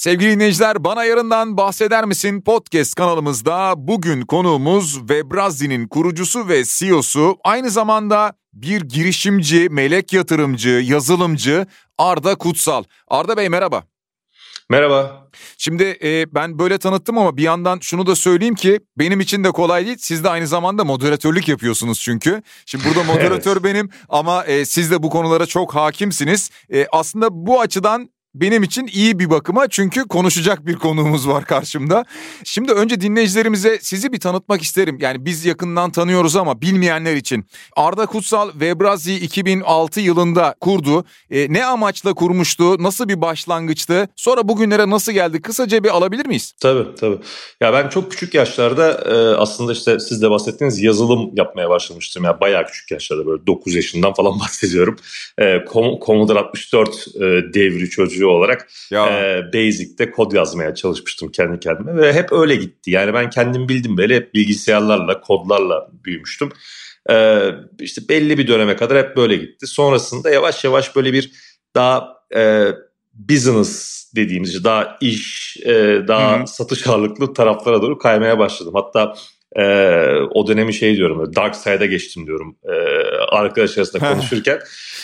Sevgili dinleyiciler, Bana Yarından Bahseder Misin podcast kanalımızda bugün konuğumuz Webrazi'nin kurucusu ve CEO'su, aynı zamanda bir girişimci, melek yatırımcı, yazılımcı Arda Kutsal. Arda Bey merhaba. Merhaba. Şimdi ben böyle tanıttım ama bir yandan şunu da söyleyeyim ki benim için de kolay değil. Siz de aynı zamanda moderatörlük yapıyorsunuz çünkü. Şimdi burada moderatör evet. Benim ama siz de bu konulara çok hakimsiniz. Aslında bu açıdan benim için iyi bir bakıma, çünkü konuşacak bir konuğumuz var karşımda. Şimdi önce dinleyicilerimize sizi bir tanıtmak isterim. Yani biz yakından tanıyoruz ama bilmeyenler için. Arda Kutsal Webrazi 2006 yılında kurdu. Ne amaçla kurmuştu? Nasıl bir başlangıçtı? Sonra bugünlere nasıl geldi? Kısaca bir alabilir miyiz? Tabii. Ya ben çok küçük yaşlarda aslında işte siz de bahsettiğiniz yazılım yapmaya başlamıştım. Yani bayağı küçük yaşlarda, böyle 9 yaşından falan bahsediyorum. Commodore 64 devri çocuğu olarak Basic'te kod yazmaya çalışmıştım kendi kendime ve hep öyle gitti. Yani ben kendim bildim böyle, hep bilgisayarlarla, kodlarla büyümüştüm. İşte belli bir döneme kadar hep böyle gitti. Sonrasında yavaş yavaş böyle bir daha business dediğimiz, daha iş, daha satış ağırlıklı taraflara doğru kaymaya başladım. Hatta o dönemi diyorum, dark side'a geçtim diyorum arkadaş arasında konuşurken.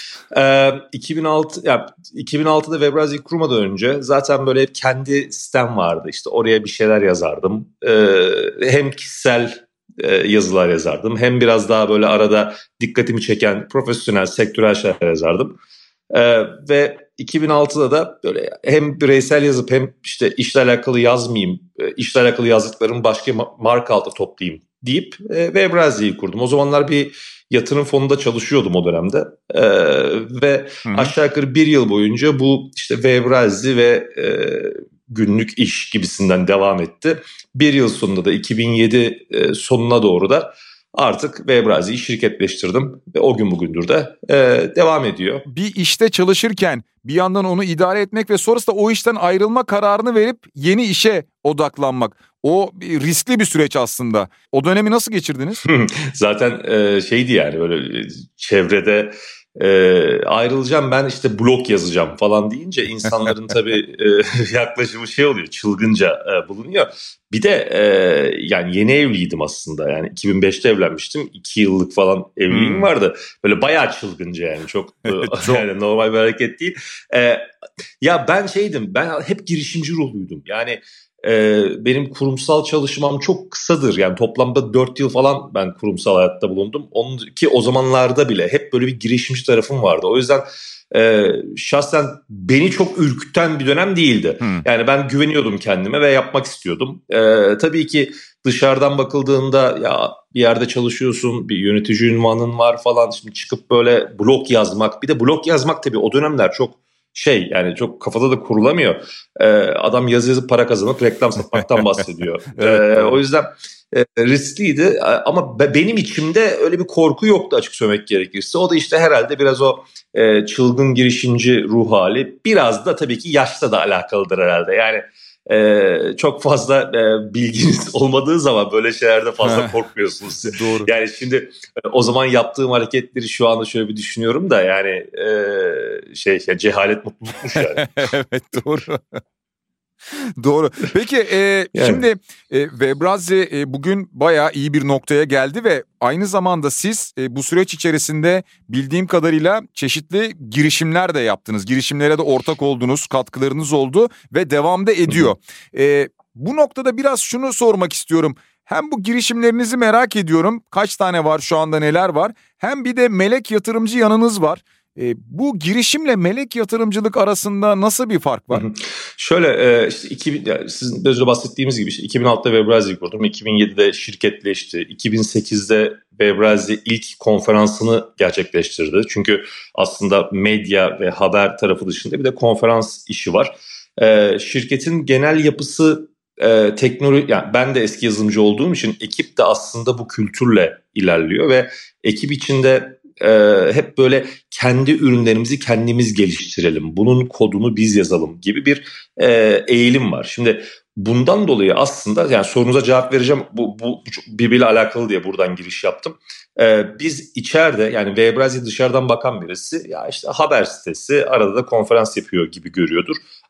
2006'da Webrazi'yi kurmadan önce zaten böyle hep kendi sitem vardı. İşte oraya bir şeyler yazardım. Hem kişisel yazılar yazardım, hem biraz daha böyle arada dikkatimi çeken profesyonel, sektörel şeyler yazardım. Ve 2006'da da böyle hem bireysel yazıp hem işte işle alakalı yazmayayım, işle alakalı yazdıklarımı başka marka altı toplayayım deyip Webrazi'yi kurdum. O zamanlar bir yatırım fonunda çalışıyordum o dönemde ve aşağı yukarı bir yıl boyunca bu işte Webrazi ve günlük iş gibisinden devam etti. Bir yıl sonunda da 2007 sonuna doğru da artık Webrazi'yi şirketleştirdim ve o gün bugündür de devam ediyor. Bir işte çalışırken bir yandan onu idare etmek ve sonrasında o işten ayrılma kararını verip yeni işe odaklanmak. O riskli bir süreç aslında. O dönemi nasıl geçirdiniz? Zaten şeydi yani, böyle çevrede ayrılacağım ben, işte blog yazacağım falan deyince insanların tabii yaklaşımı oluyor, çılgınca bulunuyor. Bir de yani yeni evliydim aslında, yani 2005'te evlenmiştim, 2 yıllık falan evliliğim vardı. Böyle bayağı çılgınca, yani çok yani normal bir hareket değil. Ya ben ben hep girişimci ruhluydum yani. Benim kurumsal çalışmam çok kısadır. Yani toplamda 4 yıl falan ben kurumsal hayatta bulundum. Onun ki o zamanlarda bile hep böyle bir girişimci tarafım vardı. O yüzden şahsen beni çok ürküten bir dönem değildi. Yani ben güveniyordum kendime ve yapmak istiyordum. Tabii ki dışarıdan bakıldığında ya bir yerde çalışıyorsun, bir yönetici ünvanın var falan. Şimdi çıkıp böyle blog yazmak, bir de blog yazmak tabii o dönemler çok yani çok kafada da kurulamıyor. Adam yazıp para kazanıp reklam satmaktan bahsediyor. Evet, o yüzden riskliydi ama benim içimde öyle bir korku yoktu, açık söylemek gerekirse. O da işte herhalde biraz o çılgın girişimci ruh hali. Biraz da tabii ki yaşla da alakalıdır herhalde. Yani çok fazla bilginiz olmadığı zaman böyle şeylerde fazla korkmuyorsunuz. Doğru. Yani şimdi o zaman yaptığım hareketleri şu anda şöyle bir düşünüyorum da yani ya cehalet mutlulukmuş yani. Evet, doğru. Doğru. Peki yani. Şimdi Webrazi bugün bayağı iyi bir noktaya geldi ve aynı zamanda siz bu süreç içerisinde bildiğim kadarıyla çeşitli girişimler de yaptınız. Girişimlere de ortak oldunuz, katkılarınız oldu ve devam da ediyor. Bu noktada biraz şunu sormak istiyorum. Hem bu girişimlerinizi merak ediyorum. Kaç tane var şu anda, neler var? Hem bir de melek yatırımcı yanınız var. Bu girişimle melek yatırımcılık arasında nasıl bir fark var? Şöyle işte sizin de önce bahsettiğimiz gibi işte 2006'da Webrazi'yi kurdum. 2007'de şirketleşti. 2008'de Webrazi ilk konferansını gerçekleştirdi. Çünkü aslında medya ve haber tarafı dışında bir de konferans işi var. Şirketin genel yapısı teknoloji, yani ben de eski yazılımcı olduğum için ekip de aslında bu kültürle ilerliyor ve ekip içinde hep böyle kendi ürünlerimizi kendimiz geliştirelim, bunun kodunu biz yazalım gibi bir eğilim var. Şimdi bundan dolayı aslında, yani sorunuza cevap vereceğim, bu birbiriyle alakalı diye buradan giriş yaptım. Biz içeride, yani Webrazi dışarıdan bakan birisi ya işte haber sitesi, arada da konferans yapıyor gibi görüyordur.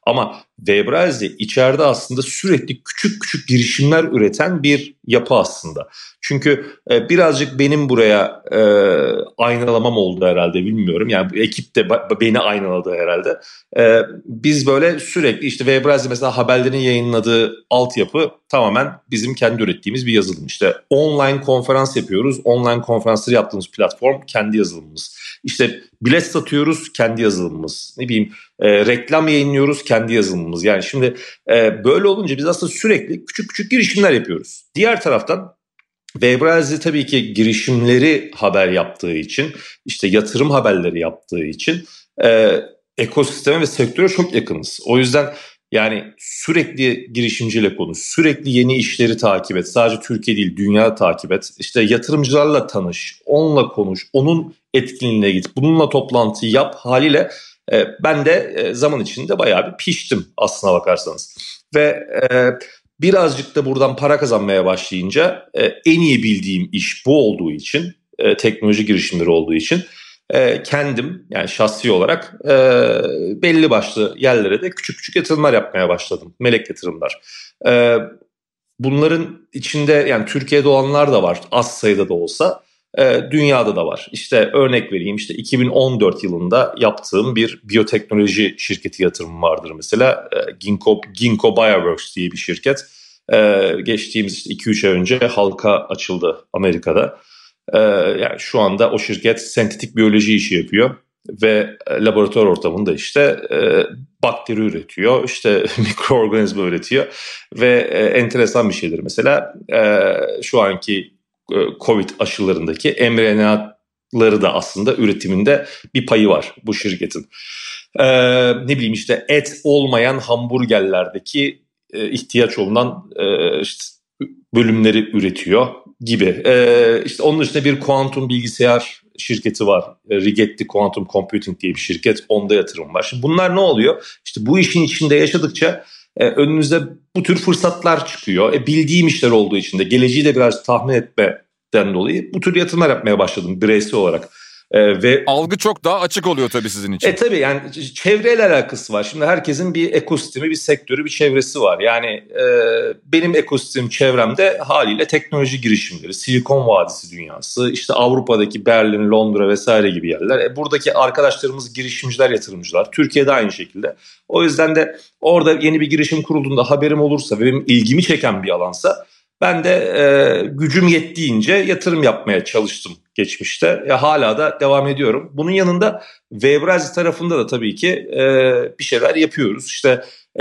Ama Webrazi içeride aslında sürekli küçük küçük girişimler üreten bir yapı aslında. Çünkü birazcık benim buraya aynalamam oldu herhalde, bilmiyorum. Yani bu ekip de beni aynaladı herhalde. Biz böyle sürekli işte Webrazi mesela haberlerin yayınladığı altyapı tamamen bizim kendi ürettiğimiz bir yazılım. İşte online konferans yapıyoruz. Online konferansları yaptığımız platform kendi yazılımımız. İşte bilet satıyoruz, kendi yazılımımız. Ne bileyim, reklam yayınlıyoruz, kendi yazılımımız. Yani şimdi böyle olunca biz aslında sürekli küçük küçük girişimler yapıyoruz. Diğer taraftan Webrazi tabii ki girişimleri haber yaptığı için, işte yatırım haberleri yaptığı için ekosisteme ve sektöre çok yakınız. O yüzden yani sürekli girişimciyle konuş, sürekli yeni işleri takip et. Sadece Türkiye değil, dünya takip et. İşte yatırımcılarla tanış, onunla konuş, onun etkinliğine git, bununla toplantı yap. Haliyle ben de zaman içinde bayağı bir piştim aslına bakarsanız. Ve birazcık da buradan para kazanmaya başlayınca en iyi bildiğim iş bu olduğu için, teknoloji girişimleri olduğu için kendim yani şahsi olarak belli başlı yerlere de küçük küçük yatırımlar yapmaya başladım. Melek yatırımlar. Bunların içinde yani Türkiye'de olanlar da var, az sayıda da olsa. Dünyada da var. İşte örnek vereyim, işte 2014 yılında yaptığım bir biyoteknoloji şirketi yatırımı vardır mesela. Ginkgo Bioworks diye bir şirket. Geçtiğimiz işte 2-3 ay önce halka açıldı Amerika'da. Yani şu anda o şirket sentetik biyoloji işi yapıyor ve laboratuvar ortamında işte bakteri üretiyor, işte mikroorganizma üretiyor ve enteresan bir şeydir mesela şu anki Covid aşılarındaki mRNA'ları da aslında üretiminde bir payı var bu şirketin. Ne bileyim, işte et olmayan hamburgerlerdeki ihtiyaç olunan işte bölümleri üretiyor gibi. İşte onun dışında bir kuantum bilgisayar şirketi var. Rigetti Quantum Computing diye bir şirket. Onda yatırım var. Şimdi bunlar ne oluyor? İşte bu işin içinde yaşadıkça önünüze bu tür fırsatlar çıkıyor. Bildiğim işler olduğu için de geleceği de biraz tahmin etmeden dolayı bu tür yatırımlar yapmaya başladım bireysel olarak. Ve algı çok daha açık oluyor tabii sizin için. Tabii yani çevreyle alakası var. Şimdi herkesin bir ekosistemi, bir sektörü, bir çevresi var. Yani benim ekosistem çevremde haliyle teknoloji girişimleri, Silikon Vadisi dünyası, işte Avrupa'daki Berlin, Londra vesaire gibi yerler. Buradaki arkadaşlarımız girişimciler, yatırımcılar. Türkiye'de aynı şekilde. O yüzden de orada yeni bir girişim kurulduğunda haberim olursa ve benim ilgimi çeken bir alansa ben de gücüm yettiğince yatırım yapmaya çalıştım geçmişte. Hala da devam ediyorum. Bunun yanında Webrazi tarafında da tabii ki bir şeyler yapıyoruz. İşte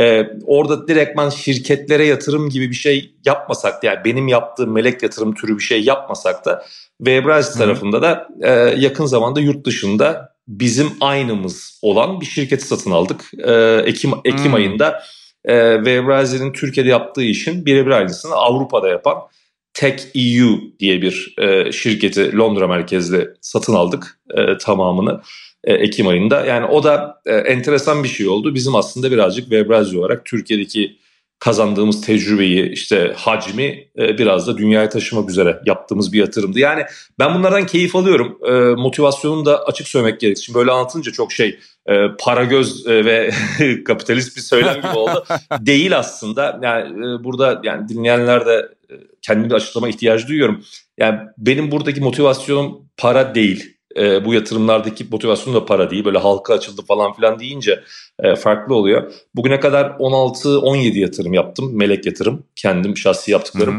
orada direktman şirketlere yatırım gibi bir şey yapmasak da, yani benim yaptığım melek yatırım türü bir şey yapmasak da Webrazi tarafında da yakın zamanda yurt dışında bizim aynımız olan bir şirketi satın aldık. Ekim ayında Webrazi'nin Türkiye'de yaptığı işin birebir aynısını Avrupa'da yapan Tech EU diye bir şirketi Londra merkezli satın aldık tamamını Ekim ayında. Yani o da enteresan bir şey oldu. Bizim aslında birazcık Webrazi olarak Türkiye'deki kazandığımız tecrübeyi, işte hacmi biraz da dünyaya taşımak üzere yaptığımız bir yatırımdı. Yani ben bunlardan keyif alıyorum. Motivasyonum da açık söylemek gerekir. Şimdi böyle anlatınca çok para göz ve kapitalist bir söylem gibi oldu. Değil aslında. Yani burada yani dinleyenler de kendimi açıklama ihtiyacı duyuyorum. Yani benim buradaki motivasyonum para değil. Bu yatırımlardaki motivasyonum da para değil. Böyle halka açıldı falan filan deyince farklı oluyor. Bugüne kadar 16-17 yatırım yaptım. Melek yatırım. Kendim şahsi yaptıklarım.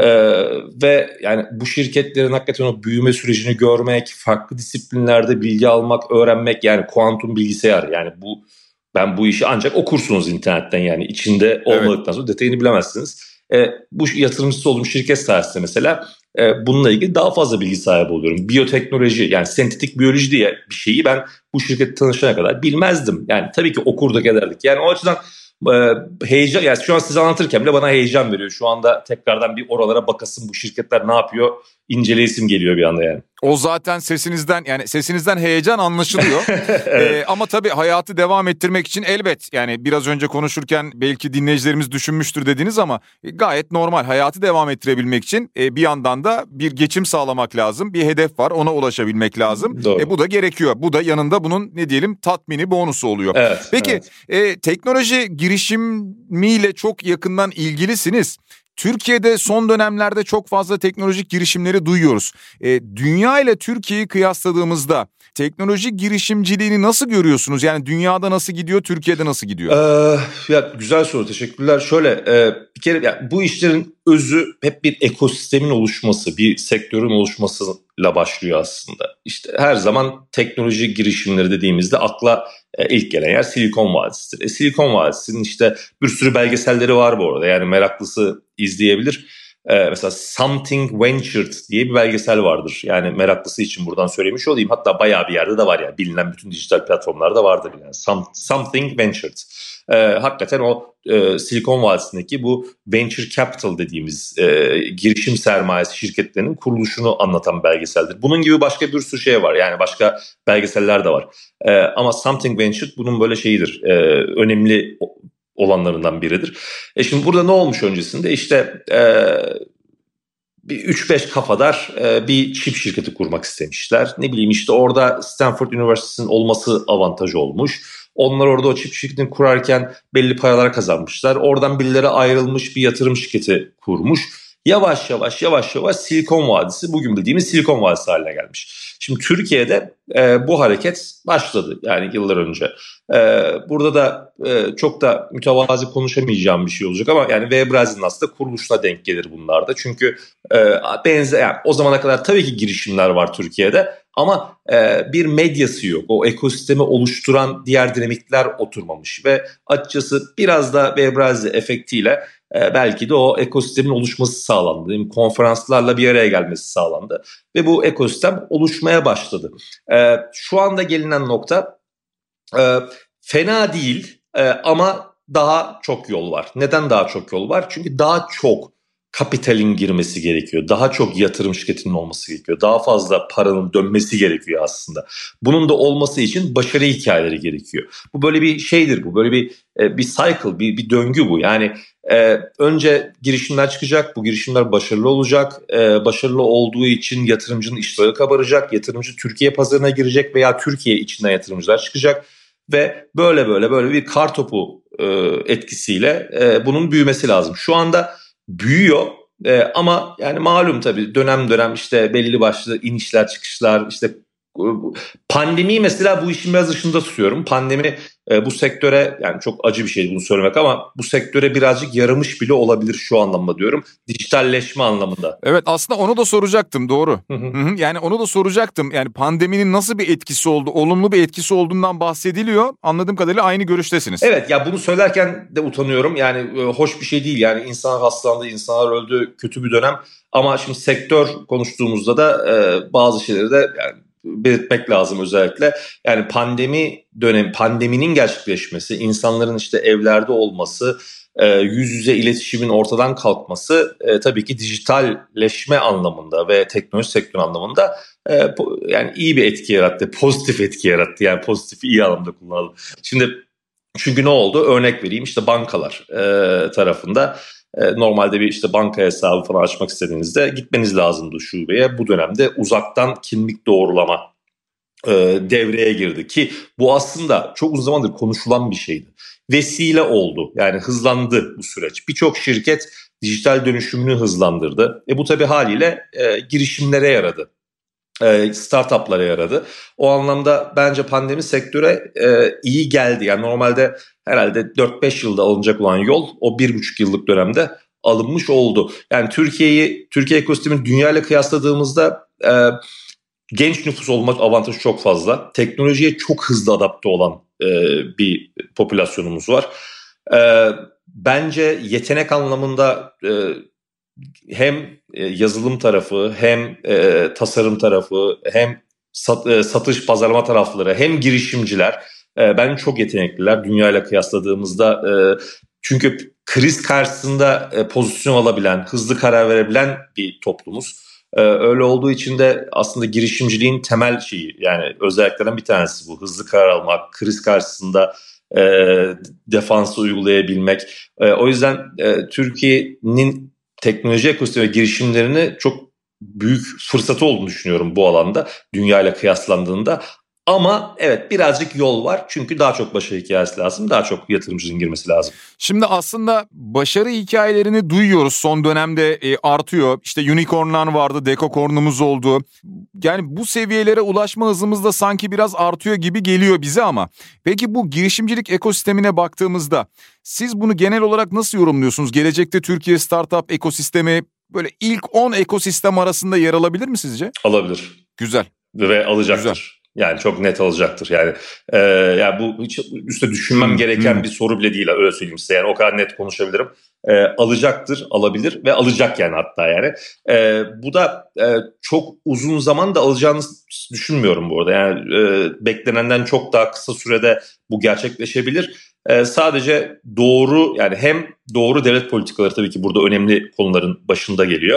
Ve yani bu şirketlerin hakikaten o büyüme sürecini görmek, farklı disiplinlerde bilgi almak, öğrenmek, yani kuantum bilgisayar, yani ben bu işi ancak okursunuz internetten, yani içinde olmadıktan sonra detayını bilemezsiniz. Bu yatırımcısı olduğum şirket sayesinde mesela bununla ilgili daha fazla bilgi sahibi oluyorum. Biyoteknoloji, yani sentetik biyoloji diye bir şeyi ben bu şirkette tanışana kadar bilmezdim. Yani tabii ki okurduk ederdik. Yani o açıdan heyecan, yani şu an size anlatırken bile bana heyecan veriyor. Şu anda tekrardan bir oralara bakasım, bu şirketler ne yapıyor inceleyesim geliyor bir anda yani. O zaten sesinizden heyecan anlaşılıyor. Evet. Ama tabii hayatı devam ettirmek için elbet yani biraz önce konuşurken belki dinleyicilerimiz düşünmüştür dediniz ama gayet normal hayatı devam ettirebilmek için bir yandan da bir geçim sağlamak lazım. Bir hedef var, ona ulaşabilmek lazım. Doğru. Bu da gerekiyor. Bu da yanında bunun ne diyelim tatmini, bonusu oluyor. Evet. Peki teknoloji girişimiyle çok yakından ilgilisiniz. Türkiye'de son dönemlerde çok fazla teknolojik girişimleri duyuyoruz. Dünya ile Türkiye'yi kıyasladığımızda teknoloji girişimciliğini nasıl görüyorsunuz? Yani dünyada nasıl gidiyor, Türkiye'de nasıl gidiyor? Ya güzel soru, teşekkürler. Şöyle bir kere ya, bu işlerin özü hep bir ekosistemin oluşması, bir sektörün oluşmasıyla başlıyor aslında. İşte her zaman teknoloji girişimleri dediğimizde akla ilk gelen yer Silikon Vadisi'dir. Silikon Vadisi'nin işte bir sürü belgeselleri var bu arada. Yani meraklısı izleyebilir. Mesela Something Ventured diye bir belgesel vardır. Yani meraklısı için buradan söylemiş olayım. Hatta bayağı bir yerde de var yani. Bilinen bütün dijital platformlarda vardır yani. Something Ventured. Hakikaten o Silikon Vadisi'ndeki bu venture capital dediğimiz girişim sermayesi şirketlerinin kuruluşunu anlatan belgeseldir. Bunun gibi başka bir sürü şey var. Yani başka belgeseller de var. Ama Something Ventured bunun böyle şeyidir. Önemli olanlarından biridir. Şimdi burada ne olmuş öncesinde? İşte bir 3-5 kafadar bir çip şirketi kurmak istemişler. Ne bileyim işte orada Stanford Üniversitesi'nin olması avantajı olmuş. Onlar orada o çip şirketini kurarken belli paralar kazanmışlar. Oradan birileri ayrılmış, bir yatırım şirketi kurmuş. Yavaş yavaş Silikon Vadisi bugün bildiğimiz Silikon Vadisi haline gelmiş. Şimdi Türkiye'de bu hareket başladı yani yıllar önce. Burada da çok da mütevazi konuşamayacağım bir şey olacak ama yani Webrazi'nin aslında kuruluşuna denk gelir bunlar da. Çünkü benzer yani o zamana kadar tabii ki girişimler var Türkiye'de ama bir medyası yok. O ekosistemi oluşturan diğer dinamikler oturmamış ve açıkçası biraz da Webrazi efektiyle belki de o ekosistemin oluşması sağlandı. Değil mi? Konferanslarla bir araya gelmesi sağlandı ve bu ekosistem oluşmaya başladı. Şu anda gelinen nokta fena değil ama daha çok yol var. Neden daha çok yol var? Çünkü daha çok kapitalin girmesi gerekiyor. Daha çok yatırım şirketinin olması gerekiyor. Daha fazla paranın dönmesi gerekiyor aslında. Bunun da olması için başarı hikayeleri gerekiyor. Bu böyle bir şeydir. Bu böyle bir cycle, bir döngü bu. Yani önce girişimler çıkacak. Bu girişimler başarılı olacak. Başarılı olduğu için yatırımcının iştahı kabaracak. Yatırımcı Türkiye pazarına girecek veya Türkiye içinden yatırımcılar çıkacak. Ve böyle bir kartopu etkisiyle bunun büyümesi lazım. Şu anda büyüyor ama yani malum tabii dönem işte belli başlı inişler çıkışlar işte pandemi mesela bu işin biraz dışında tutuyorum. Pandemi bu sektöre yani çok acı bir şey bunu söylemek ama bu sektöre birazcık yaramış bile olabilir şu anlamda diyorum. Dijitalleşme anlamında. Evet aslında onu da soracaktım doğru. Hı. Yani onu da soracaktım. Yani pandeminin nasıl bir etkisi oldu, olumlu bir etkisi olduğundan bahsediliyor. Anladığım kadarıyla aynı görüştesiniz. Evet ya bunu söylerken de utanıyorum. Yani hoş bir şey değil. Yani insan hastalandı, insanlar öldü, kötü bir dönem. Ama şimdi sektör konuştuğumuzda da bazı şeyleri de yani belirtmek lazım özellikle. Yani pandeminin gerçekleşmesi, insanların işte evlerde olması, yüz yüze iletişimin ortadan kalkması tabii ki dijitalleşme anlamında ve teknoloji sektörü anlamında yani iyi bir etki yarattı, pozitif etki yarattı. Yani pozitifi iyi anlamda kullanalım. Şimdi çünkü ne oldu? Örnek vereyim işte bankalar tarafında. Normalde bir işte banka hesabı falan açmak istediğinizde gitmeniz lazımdı şubeye. Bu dönemde uzaktan kimlik doğrulama devreye girdi ki bu aslında çok uzun zamandır konuşulan bir şeydi. Vesile oldu yani hızlandı bu süreç. Birçok şirket dijital dönüşümünü hızlandırdı. Bu tabii haliyle girişimlere yaradı. Startuplara yaradı. O anlamda bence pandemi sektöre iyi geldi. Yani normalde herhalde 4-5 yılda alınacak olan yol o 1,5 yıllık dönemde alınmış oldu. Yani Türkiye ekosistemini dünya ile kıyasladığımızda genç nüfus olmak avantajı çok fazla. Teknolojiye çok hızlı adapte olan bir popülasyonumuz var. Bence yetenek anlamında hem yazılım tarafı hem tasarım tarafı hem satış pazarlama tarafları hem girişimciler bence çok yetenekliler dünyayla kıyasladığımızda çünkü kriz karşısında pozisyon alabilen hızlı karar verebilen bir toplumuz. Öyle olduğu için de aslında girişimciliğin temel şeyi, yani özelliklerinden bir tanesi bu. Hızlı karar almak, kriz karşısında defansı uygulayabilmek. O yüzden Türkiye'nin teknoloji ekosistemi ve girişimlerini çok büyük fırsatı olduğunu düşünüyorum bu alanda, dünya ile kıyaslandığında. Ama evet, birazcık yol var çünkü daha çok başarı hikayesi lazım, daha çok yatırımcının girmesi lazım. Şimdi aslında başarı hikayelerini duyuyoruz, son dönemde artıyor. İşte unicornlar vardı, decacorn'umuz oldu. Yani bu seviyelere ulaşma hızımız da sanki biraz artıyor gibi geliyor bize ama. Peki bu girişimcilik ekosistemine baktığımızda siz bunu genel olarak nasıl yorumluyorsunuz? Gelecekte Türkiye startup ekosistemi böyle ilk 10 ekosistem arasında yer alabilir mi sizce? Alabilir. Güzel. Ve alacaktır. Güzel. Yani çok net alacaktır. Yani bu hiç üstte düşünmem gereken bir soru bile değil, öyle söyleyeyim size. Yani o kadar net konuşabilirim. Alacaktır, alabilir ve alacak yani, hatta yani. Bu da çok uzun zaman da alacağını düşünmüyorum bu arada. Yani beklenenden çok daha kısa sürede bu gerçekleşebilir. Sadece doğru, yani hem doğru devlet politikaları tabii ki burada önemli konuların başında geliyor.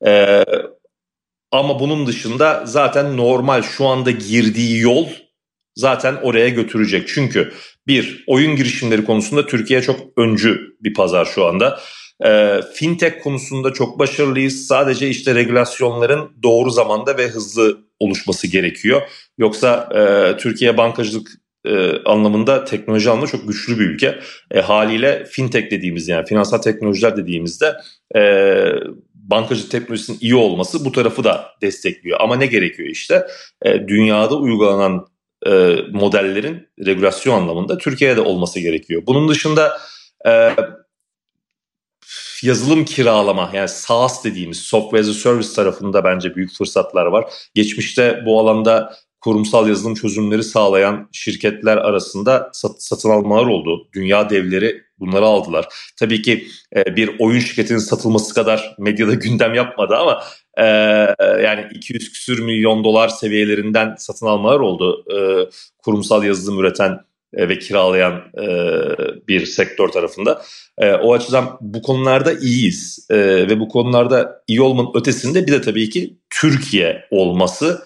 Ama bunun dışında zaten normal şu anda girdiği yol zaten oraya götürecek. Çünkü oyun girişimleri konusunda Türkiye çok öncü bir pazar şu anda. Fintech konusunda çok başarılıyız. Sadece işte regülasyonların doğru zamanda ve hızlı oluşması gerekiyor. Yoksa Türkiye bankacılık anlamında, teknoloji anlamında çok güçlü bir ülke. Haliyle fintech dediğimiz, yani finansal teknolojiler dediğimizde bankacılık teknolojisinin iyi olması bu tarafı da destekliyor. Ama ne gerekiyor işte? Dünyada uygulanan modellerin regülasyon anlamında Türkiye'de olması gerekiyor. Bunun dışında yazılım kiralama, yani SaaS dediğimiz Software as a Service tarafında bence büyük fırsatlar var. Geçmişte bu alanda kurumsal yazılım çözümleri sağlayan şirketler arasında satın almalar oldu. Dünya devleri bunları aldılar. Tabii ki bir oyun şirketinin satılması kadar medyada gündem yapmadı ama yani 200 küsür milyon dolar seviyelerinden satın almalar oldu. Kurumsal yazılım üreten ve kiralayan bir sektör tarafında. O açıdan bu konularda iyiyiz. Ve bu konularda iyi olmanın ötesinde bir de tabii ki Türkiye olması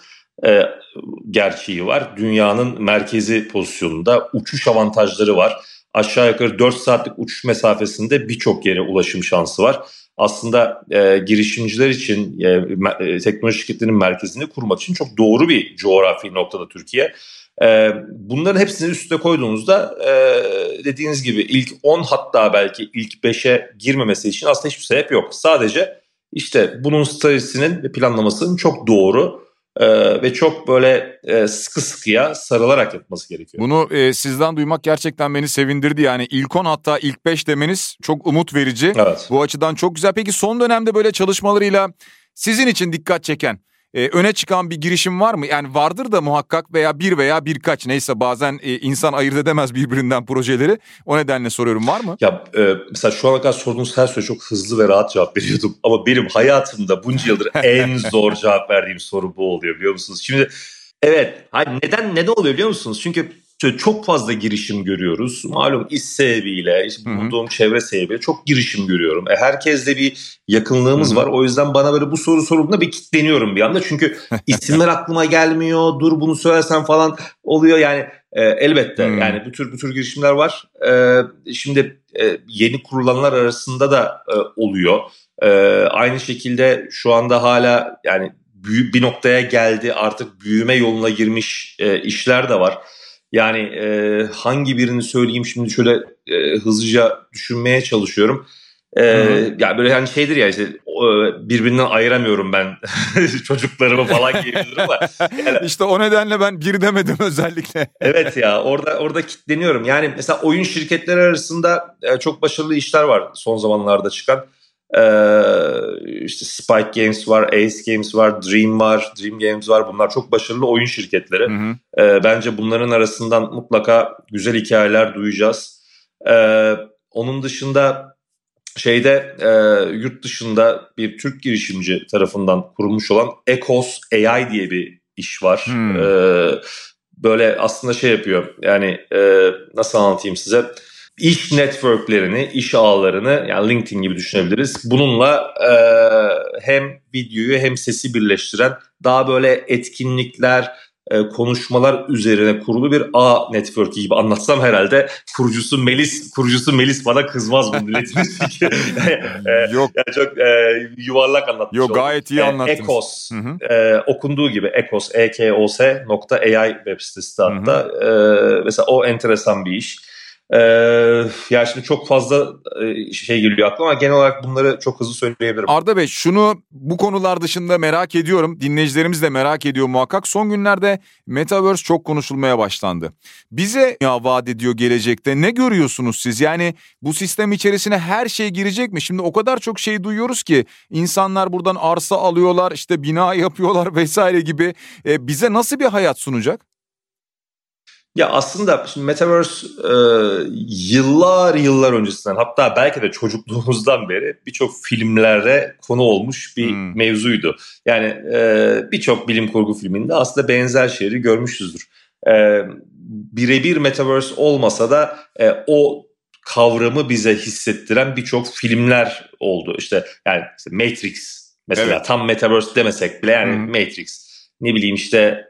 gerçeği var. Dünyanın merkezi pozisyonunda, uçuş avantajları var. Aşağı yukarı 4 saatlik uçuş mesafesinde birçok yere ulaşım şansı var. Aslında girişimciler için, teknoloji şirketlerinin merkezini kurmak için çok doğru bir coğrafi noktada Türkiye. Bunların hepsini üstüne koyduğunuzda dediğiniz gibi ilk 10, hatta belki ilk 5'e girmemesi için aslında hiçbir sebep yok. Sadece işte bunun stratejisinin ve planlamasının çok doğru ve çok böyle sıkı sıkıya sarılarak yapması gerekiyor. Bunu sizden duymak gerçekten beni sevindirdi. Yani ilk 10, hatta ilk 5 demeniz çok umut verici. Evet. Bu açıdan çok güzel. Peki son dönemde böyle çalışmalarıyla sizin için dikkat çeken, öne çıkan bir girişim var mı? Yani vardır da muhakkak, veya bir veya birkaç, neyse, bazen insan ayırt edemez birbirinden projeleri. O nedenle soruyorum, var mı? Ya mesela şu ana kadar sorduğunuz her soruya çok hızlı ve rahat cevap veriyordum. Ama benim hayatımda bunca yıldır en zor cevap verdiğim soru bu oluyor, biliyor musunuz? Şimdi evet, neden oluyor biliyor musunuz? Çünkü çok fazla girişim görüyoruz. Malum iş sebebiyle, işte bulunduğum çevre sebebiyle çok girişim görüyorum. Herkesle bir yakınlığımız var. O yüzden bana böyle bu soru sorulduğunda bir kilitleniyorum bir anda. Çünkü isimler aklıma gelmiyor. Dur bunu söylersen falan oluyor. Yani elbette yani bu tür girişimler var. Şimdi yeni kurulanlar arasında da oluyor. Aynı şekilde şu anda hala yani bir noktaya geldi, artık büyüme yoluna girmiş işler de var. Yani hangi birini söyleyeyim şimdi, şöyle hızlıca düşünmeye çalışıyorum. Yani böyle hani şeydir ya, işte birbirinden ayıramıyorum ben çocuklarımı falan diyebilirim ama. Yani, İşte o nedenle ben bir demedim özellikle. Evet ya, orada kilitleniyorum. Yani mesela oyun şirketleri arasında çok başarılı işler var son zamanlarda çıkan. İşte Spike Games var, Ace Games var, Dream Games var. Bunlar çok başarılı oyun şirketleri. Bence bunların arasından mutlaka güzel hikayeler duyacağız. Onun dışında yurt dışında bir Türk girişimci tarafından kurulmuş olan Ecos AI diye bir iş var. Böyle aslında yapıyor. Yani nasıl anlatayım size? iş networklerini, iş ağlarını, yani LinkedIn gibi düşünebiliriz. Bununla hem videoyu hem sesi birleştiren daha böyle etkinlikler, konuşmalar üzerine kurulu bir ağ network'i gibi anlatsam herhalde kurucusu Melis bana kızmaz bunu iletiniz çünkü Yok. yani çok yuvarlak anlatmış Yok, oldum. gayet iyi anlattınız. Ekos, okunduğu gibi ekos.ai web sitesi hatta. Mesela o enteresan bir iş. Ya şimdi çok fazla şey geliyor aklıma ama genel olarak bunları çok hızlı söyleyebilirim. Arda Bey, şunu bu konular dışında merak ediyorum. Dinleyicilerimiz de merak ediyor muhakkak. Son günlerde Metaverse çok konuşulmaya başlandı. Bize ya vaat ediyor gelecekte? Ne görüyorsunuz siz? Yani bu sistem içerisine her şey girecek mi? Şimdi o kadar çok şey duyuyoruz ki insanlar buradan arsa alıyorlar, işte bina yapıyorlar vesaire gibi. Bize nasıl bir hayat sunacak? Ya aslında şimdi Metaverse yıllar öncesinden, hatta belki de çocukluğumuzdan beri birçok filmlere konu olmuş bir mevzuydu. Yani birçok bilim kurgu filminde aslında benzer şeyleri görmüşüzdür. Birebir Metaverse olmasa da o kavramı bize hissettiren birçok filmler oldu. İşte Matrix mesela, evet. Tam Metaverse demesek bile yani Matrix. Ne bileyim işte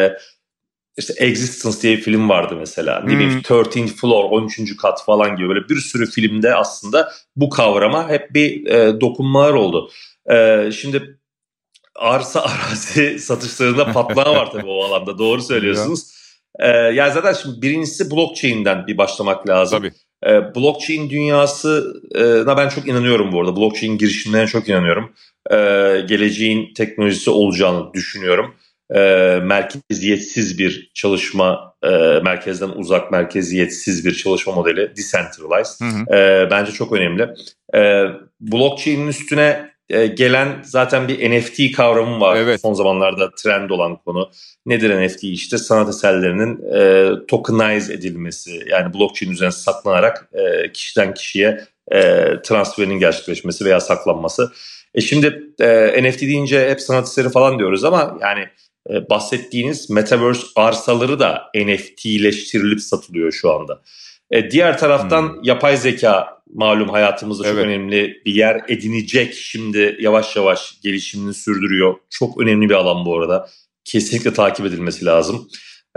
Existence diye bir film vardı mesela. Ne bileyim 13th Floor, 13. kat falan gibi böyle bir sürü filmde aslında bu kavrama hep bir dokunmalar oldu. Şimdi arsa arazi satışlarında patlama var tabii o alanda. Doğru söylüyorsunuz. Yani zaten şimdi birincisi blockchain'den bir başlamak lazım. Tabii. Blockchain dünyasına ben çok inanıyorum bu arada. Blockchain girişimlerine çok inanıyorum. Geleceğin teknolojisi olacağını düşünüyorum. Merkeziyetsiz bir çalışma, merkezden uzak, merkeziyetsiz bir çalışma modeli, decentralized. Bence çok önemli. Blockchain'in üstüne gelen zaten bir NFT kavramı var. Evet. Son zamanlarda trend olan konu. Nedir NFT? İşte sanat eserlerinin tokenize edilmesi, yani blockchain üzerine saklanarak kişiden kişiye transferinin gerçekleşmesi veya saklanması. Şimdi NFT deyince hep sanat eseri falan diyoruz ama yani bahsettiğiniz Metaverse arsaları da NFT'leştirilip satılıyor şu anda. Diğer taraftan yapay zeka malum hayatımızda çok önemli bir yer edinecek. Şimdi yavaş yavaş gelişimini sürdürüyor. Çok önemli bir alan bu arada. Kesinlikle takip edilmesi lazım.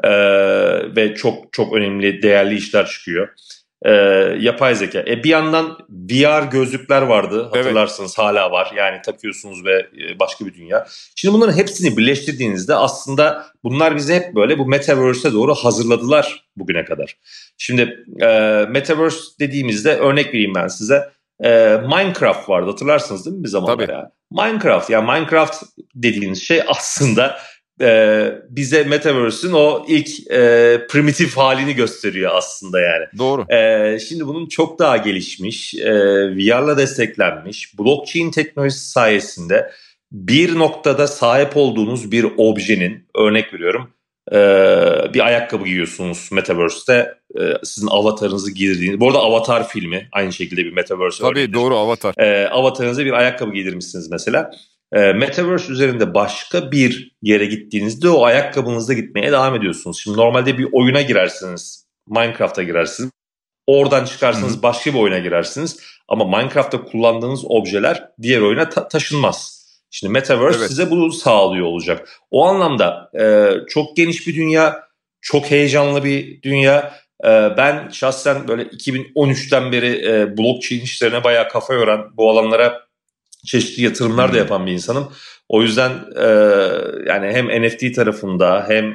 Ve çok önemli, değerli işler çıkıyor. Yapay zeka. Bir yandan VR gözlükler vardı, hatırlarsınız, hala var. Yani takıyorsunuz ve başka bir dünya. Şimdi bunların hepsini birleştirdiğinizde aslında bunlar bizi hep böyle bu Metaverse'e doğru hazırladılar bugüne kadar. Şimdi Metaverse dediğimizde örnek vereyim ben size. Minecraft vardı, hatırlarsınız değil mi bir zamanlar? Tabii. Ya? Minecraft dediğiniz şey aslında bize Metaverse'ün o ilk primitif halini gösteriyor aslında yani. Doğru. Şimdi bunun çok daha gelişmiş, VR'la desteklenmiş, blockchain teknolojisi sayesinde bir noktada sahip olduğunuz bir objenin, örnek veriyorum, bir ayakkabı giyiyorsunuz Metaverse'te, sizin avatarınızı giydirdiğiniz. Bu arada Avatar filmi aynı şekilde bir Metaverse örneğidir. Tabii, doğru, Avatar. Avatarınıza bir ayakkabı giydirmişsiniz mesela. Metaverse üzerinde başka bir yere gittiğinizde o ayakkabınızda gitmeye devam ediyorsunuz. Şimdi normalde bir oyuna girersiniz, Minecraft'a girersiniz. Oradan çıkarsınız, başka bir oyuna girersiniz. Ama Minecraft'ta kullandığınız objeler diğer oyuna taşınmaz. Şimdi Metaverse size bunu sağlıyor olacak. O anlamda çok geniş bir dünya, çok heyecanlı bir dünya. Ben şahsen böyle 2013'ten beri blockchain işlerine bayağı kafa yoran, bu alanlara çeşitli yatırımlar da yapan bir insanım. O yüzden yani hem NFT tarafında hem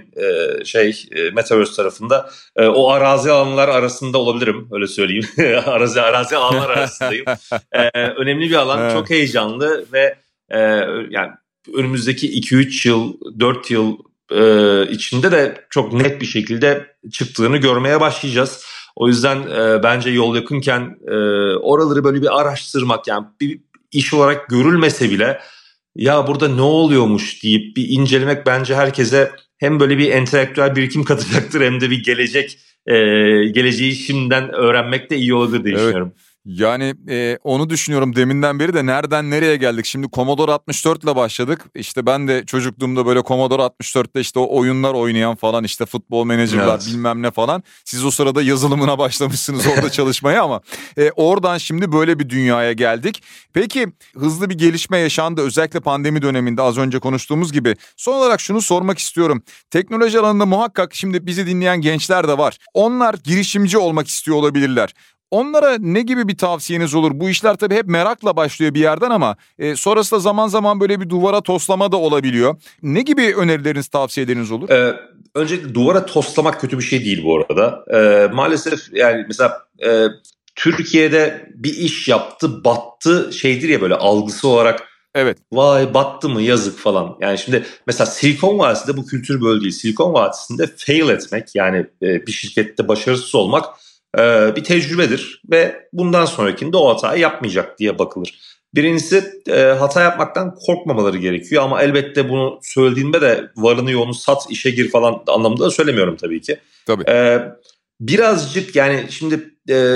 Metaverse tarafında o arazi alanlar arasında olabilirim, öyle söyleyeyim. arazi alanlar arasındayım. Önemli bir alan, çok heyecanlı ve yani önümüzdeki 2-3 yıl, 4 yıl içinde de çok net bir şekilde çıktığını görmeye başlayacağız. O yüzden bence yol yakınken oraları böyle bir araştırmak, yani bir iş olarak görülmese bile ya burada ne oluyormuş deyip bir incelemek bence herkese hem böyle bir entelektüel birikim katacaktır hem de bir geleceği şimdiden öğrenmek de iyi olabilir diye düşünüyorum. Yani onu düşünüyorum deminden beri de nereden nereye geldik. Şimdi Commodore 64 ile başladık. İşte ben de çocukluğumda böyle Commodore 64'te işte o oyunlar oynayan falan, işte futbol menajerler, Evet. bilmem ne falan. Siz o sırada yazılımına başlamışsınız orada çalışmaya ama oradan şimdi böyle bir dünyaya geldik. Peki hızlı bir gelişme yaşandı özellikle pandemi döneminde, az önce konuştuğumuz gibi. Son olarak şunu sormak istiyorum. Teknoloji alanında muhakkak şimdi bizi dinleyen gençler de var. Onlar girişimci olmak istiyor olabilirler. Onlara ne gibi bir tavsiyeniz olur? Bu işler tabii hep merakla başlıyor bir yerden ama sonrasında zaman zaman böyle bir duvara toslama da olabiliyor. Ne gibi önerileriniz, tavsiyeleriniz olur? Öncelikle duvara toslamak kötü bir şey değil bu arada. Maalesef yani mesela Türkiye'de bir iş yaptı, battı şeydir ya, böyle algısı olarak. Evet. Vay battı mı, yazık falan. Yani şimdi mesela Silikon Vadisi'nde bu kültür böyle değil. Silikon Vadisi'nde fail etmek, yani bir şirkette başarısız olmak bir tecrübedir ve bundan sonrakinde o hatayı yapmayacak diye bakılır. Birincisi hata yapmaktan korkmamaları gerekiyor ama elbette bunu söylediğimde de varını yoğunu sat, işe gir falan anlamında da söylemiyorum tabii ki. Tabii. Birazcık yani şimdi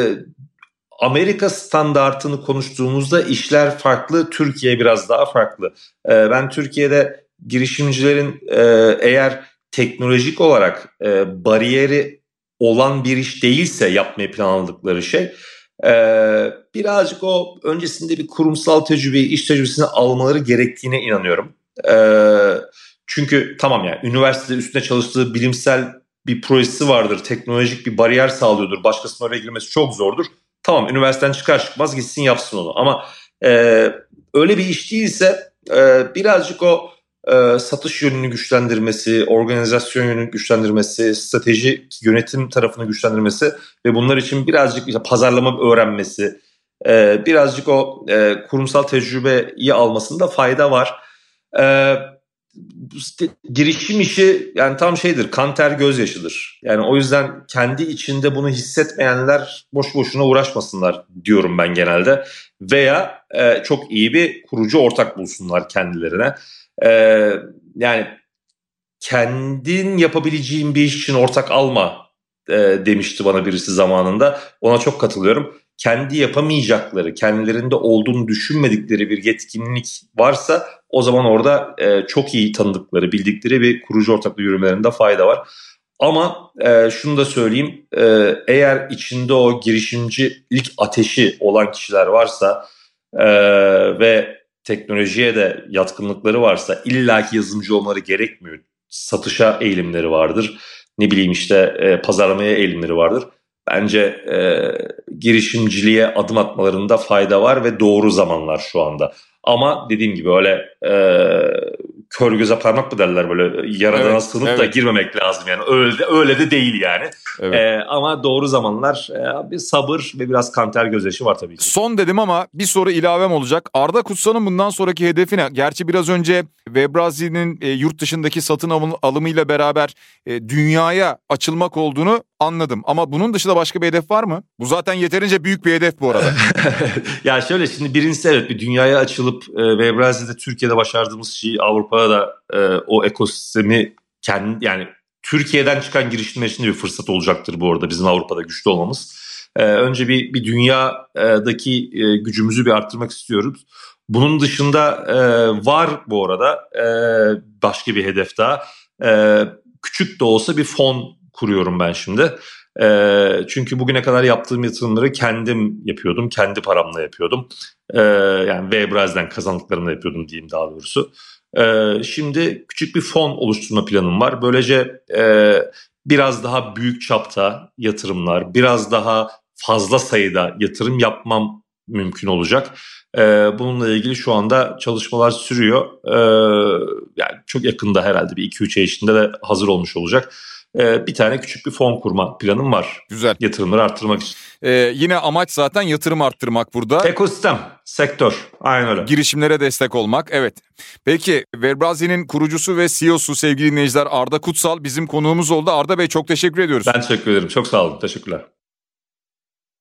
Amerika standartını konuştuğumuzda işler farklı, Türkiye biraz daha farklı. Ben Türkiye'de girişimcilerin eğer teknolojik olarak bariyeri olan bir iş değilse yapmayı planladıkları şey, birazcık o öncesinde bir kurumsal tecrübeyi, iş tecrübesini almaları gerektiğine inanıyorum. Çünkü tamam, yani üniversitede üstüne çalıştığı bilimsel bir projesi vardır, teknolojik bir bariyer sağlıyordur, başkasının oraya girmesi çok zordur. Tamam, üniversiteden çıkar çıkmaz gitsin yapsın onu ama öyle bir iş değilse birazcık o satış yönünü güçlendirmesi, organizasyon yönünü güçlendirmesi, strateji yönetim tarafını güçlendirmesi ve bunlar için birazcık işte pazarlama öğrenmesi, birazcık o kurumsal tecrübeyi almasında fayda var. Girişim işi yani tam şeydir, kan ter gözyaşıdır. Yani o yüzden kendi içinde bunu hissetmeyenler boş boşuna uğraşmasınlar diyorum ben genelde. Veya çok iyi bir kurucu ortak bulsunlar kendilerine. Yani kendin yapabileceğin bir iş için ortak alma demişti bana birisi zamanında. Ona çok katılıyorum. Kendi yapamayacakları, kendilerinde olduğunu düşünmedikleri bir yetkinlik varsa o zaman orada çok iyi tanıdıkları, bildikleri bir kurucu ortaklığı yürümelerinde fayda var. Ama şunu da söyleyeyim, eğer içinde o girişimcilik ateşi olan kişiler varsa ve teknolojiye de yatkınlıkları varsa, illaki yazılımcı olmaları gerekmiyor. Satışa eğilimleri vardır. Ne bileyim işte pazarlamaya eğilimleri vardır. Bence girişimciliğe adım atmalarında fayda var ve doğru zamanlar şu anda. Ama dediğim gibi öyle kör göze parmak mı derler, böyle yaradana sığınıp da girmemek lazım yani. Öyle de değil yani. Evet. Ama doğru zamanlar, bir sabır ve biraz kanter gözyaşı var tabii ki. Son dedim ama bir soru ilavem olacak. Arda Kutsal'ın bundan sonraki hedefi ne? Gerçi biraz önce Webrazi'nin yurt dışındaki satın alımıyla beraber dünyaya açılmak olduğunu anladım. Ama bunun dışında başka bir hedef var mı? Bu zaten yeterince büyük bir hedef bu arada. Ya şöyle, şimdi birincisi evet, bir dünyaya açılıp Webrazi'de Türkiye'de başardığımız şeyi Avrupa'da da o ekosistemi yani Türkiye'den çıkan girişimler için de bir fırsat olacaktır bu arada bizim Avrupa'da güçlü olmamız. Önce bir dünyadaki gücümüzü bir arttırmak istiyoruz. Bunun dışında var bu arada başka bir hedef daha. Küçük de olsa bir fon kuruyorum ben şimdi. Çünkü bugüne kadar yaptığım yatırımları kendim yapıyordum. Kendi paramla yapıyordum. Yani Webrazi'den kazandıklarımla yapıyordum diyeyim daha doğrusu. Şimdi küçük bir fon oluşturma planım var. Böylece biraz daha büyük çapta yatırımlar, biraz daha fazla sayıda yatırım yapmam mümkün olacak. Bununla ilgili şu anda çalışmalar sürüyor. Yani çok yakında, herhalde bir 2-3 ay içinde de hazır olmuş olacak. Bir tane küçük bir fon kurma planım var. Güzel. Yatırımları arttırmak için. Yine amaç zaten yatırım arttırmak burada. Ekosistem, sektör. Aynen öyle. Girişimlere destek olmak. Evet. Peki Webrazi'nin kurucusu ve CEO'su sevgili dinleyiciler Arda Kutsal bizim konuğumuz oldu. Arda Bey çok teşekkür ediyoruz. Ben teşekkür ederim. Çok sağ olun. Teşekkürler.